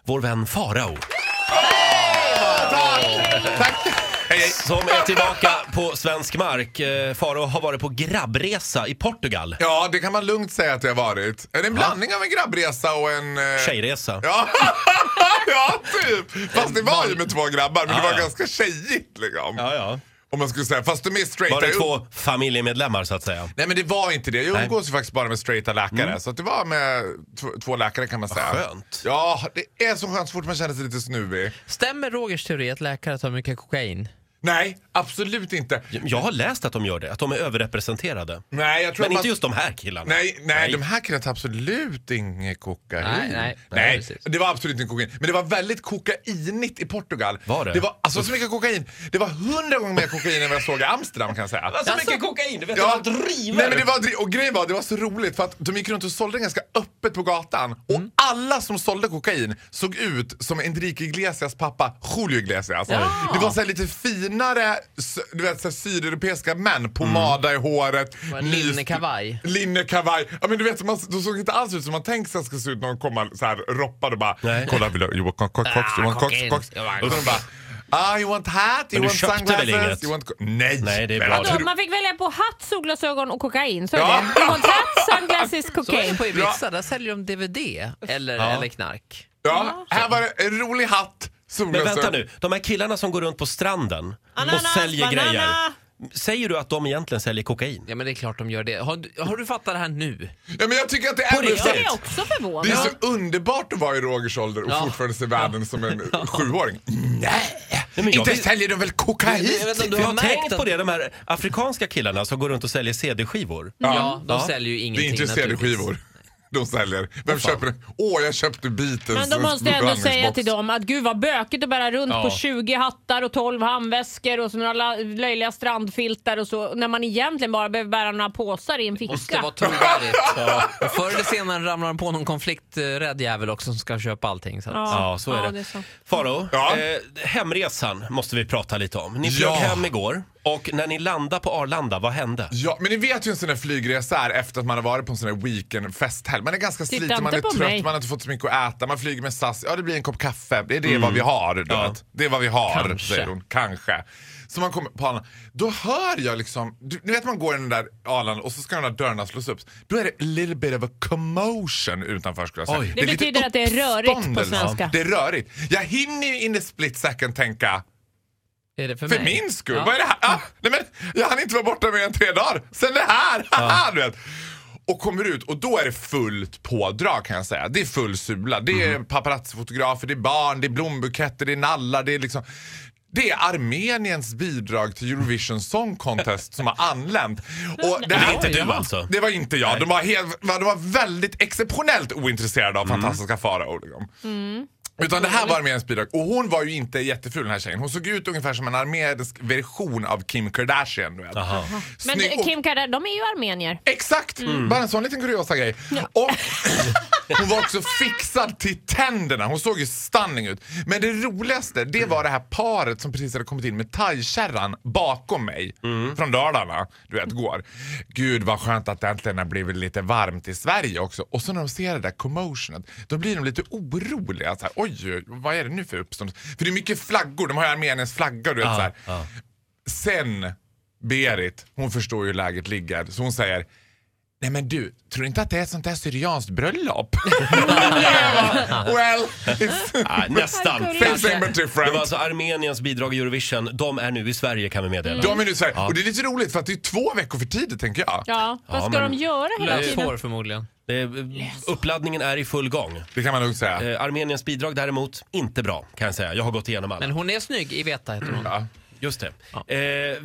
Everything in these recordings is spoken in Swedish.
vår vän Farao. Tack! Hej. Som är tillbaka på svensk mark. Farao har varit på grabbresa i Portugal. Ja, det kan man lugnt säga att det har varit. Är det en blandning av en grabbresa och en... Tjejresa. Ja, ja typ. Fast det var ju med 2 grabbar, men det var ganska tjejigt liksom. Ja. Om man skulle säga, fast de är straighta. Var det 2 familjemedlemmar så att säga? Nej, men det var inte det. Jag umgås ju faktiskt bara med straighta läkare. Så att det var med 2 läkare kan man säga. Skönt. Ja, det är så skönt så fort man känner sig lite snuvig. Stämmer Rogers teori att läkare tar mycket kokain? Nej, absolut inte. Jag har läst att de gör det, att de är överrepresenterade. Nej, jag tror Men inte just de här killarna. Nej, de här killarna tar absolut inget kokain. Nej, det var absolut inte kokain. Men det var väldigt kokainigt i Portugal. Var det? Det var alltså så mycket kokain. Det var 100 gånger mer kokain än vad jag såg i Amsterdam kan jag säga. Alltså mycket kokain, du vet Ja, vad driver. nej, men det var och grejen var, det var så roligt för att de gick runt och sålde ganska öppet på gatan. Och alla som sålde kokain såg ut som Enrique Iglesias pappa, Julio Iglesias. Ja. Det var så här lite finare, du vet, så här sydeuropeiska män, pomada i håret, linnekavaj. Ja, men du vet, de såg inte alls ut som man tänkt sig att ska se ut när de kommer så här roppade och bara, kolla, vill you want cox? Och de bara, you want hat, you want sunglasses, you want... Nej, det är bra. Alltså, man fick välja på hatt, solglasögon och kokain. Så är det. You want hat, sunglasses, cocaine. Så är det på Ibiza, där säljer de DVD eller knark. Ja, här var det en rolig hatt. Men vänta nu, de här killarna som går runt på stranden och säljer grejer. Säger du att de egentligen säljer kokain? Ja, men det är klart de gör det. Har du fattat det här nu? Ja, men jag tycker att det är också förvånad. Det är så underbart att vara i Rogers ålder och fortfarande se världen som en 7-åring. Nej, inte säljer de väl kokain? Jag har tänkt på det, de här afrikanska killarna som går runt och säljer CD-skivor. Ja, de säljer ju ingenting. Det är inte CD-skivor. De säljer. Vem köper det? Jag köpte Beatles. Men de måste ändå säga till dem att gud vad bökigt att bära runt på 20 hattar och 12 handväskor och så några löjliga strandfiltar och så, när man egentligen bara behöver bära några påsar i en ficka. Måste vara trovärdigt. Och förr eller senare ramlar de på någon konflikträdd jävel också som ska köpa allting. Så att... så är det. Farao, hemresan måste vi prata lite om. Ni flög hem igår. Och när ni landade på Arlanda, vad hände? Ja, men ni vet ju en sån där flygresa är efter att man har varit på en sån där weekend-festhelg. Man är ganska sliten, man är trött, man har inte fått så mycket att äta. Man flyger med SAS, det blir en kopp kaffe. Det är vad vi har, du vet. Det är vad vi har, säger hon. Kanske. Så man kommer på Arlanda. Då hör jag liksom, ni vet man går i den där Arlanda och så ska de där dörrarna slås upp. Då är det a little bit of a commotion utanför, skulle jag säga. Det betyder att det är rörigt på svenska. Det är rörigt. Jag hinner in the split second tänka, är det för min skull? Vad är det här? Nej, men jag hann inte vara borta mer än 3 dagar. Sen det här, du vet. Och kommer ut och då är det fullt pådrag kan jag säga. Det är full sula. Det är paparazzi-fotografer, det är barn, det är blombuketter, det är nallar, det är liksom... Det är Armeniens bidrag till Eurovision Song Contest som har anlänt. Och det var inte du alltså? Det var inte jag. De var väldigt exceptionellt ointresserade av fantastiska Farao. Utan det här var Armeniens bidrag. Och hon var ju inte jätteful, den här tjejen. Hon såg ut ungefär som en armenisk version av Kim Kardashian, du vet. Men Kim Kardashian, de är ju armenier. Exakt, bara en sån liten kuriosa grej. Och hon var också fixad till tänderna. Hon såg ju stunning ut. Men det roligaste, det var det här paret som precis hade kommit in med thai-kärran bakom mig. Från Dalarna, du vet, går. Gud vad skönt att det äntligen har blivit lite varmt i Sverige också. Och så när de ser det där commotionet, då blir de lite oroliga. Så här, oj, vad är det nu för uppstånd? För det är mycket flaggor, de har ju Armeniens flaggor, du vet, så här. Sen Berit, hon förstår ju hur läget ligger. Så hon säger, nej men du, tror inte att det är ett sånt där syrianskt bröllop? Well, nästan. Same but different. Det var alltså Armeniens bidrag i Eurovision. De är nu i Sverige, kan vi meddela. De är nu i Sverige. Och det är lite roligt för att det är 2 veckor för tidigt, tänker jag. Ja, vad ska de göra hela tiden? Får förmodligen. Uppladdningen är i full gång. Det kan man nog säga. Armeniens bidrag däremot, inte bra, kan jag säga. Jag har gått igenom alla. Men hon är snygg, Iveta heter hon. Ja. Just det.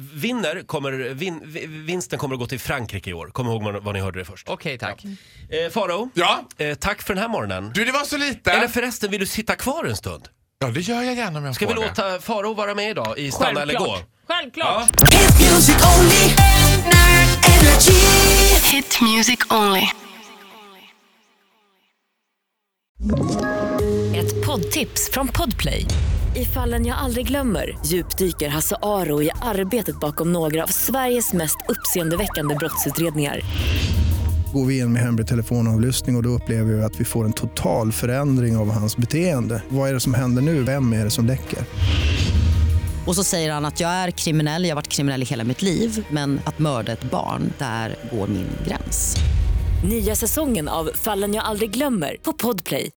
Vinsten kommer att gå till Frankrike i år. Kom ihåg vad ni hörde det först. Okej, tack. Farao, tack för den här morgonen. Du, det var så lite. Eller förresten, vill du sitta kvar en stund? Ja, det gör jag gärna om jag Ska får vi låta Farao vara med idag i Stanna eller gå? Självklart. Hit music only. Hit music only. Ett poddtips från Podplay. I Fallen jag aldrig glömmer djupdyker Hasse Aro i arbetet bakom några av Sveriges mest uppseendeväckande brottsutredningar. Går vi in med hemlig telefonavlyssning och då upplever vi att vi får en total förändring av hans beteende. Vad är det som händer nu? Vem är det som läcker? Och så säger han att jag är kriminell, jag har varit kriminell i hela mitt liv. Men att mörda ett barn, där går min gräns. Nya säsongen av Fallen jag aldrig glömmer på Podplay.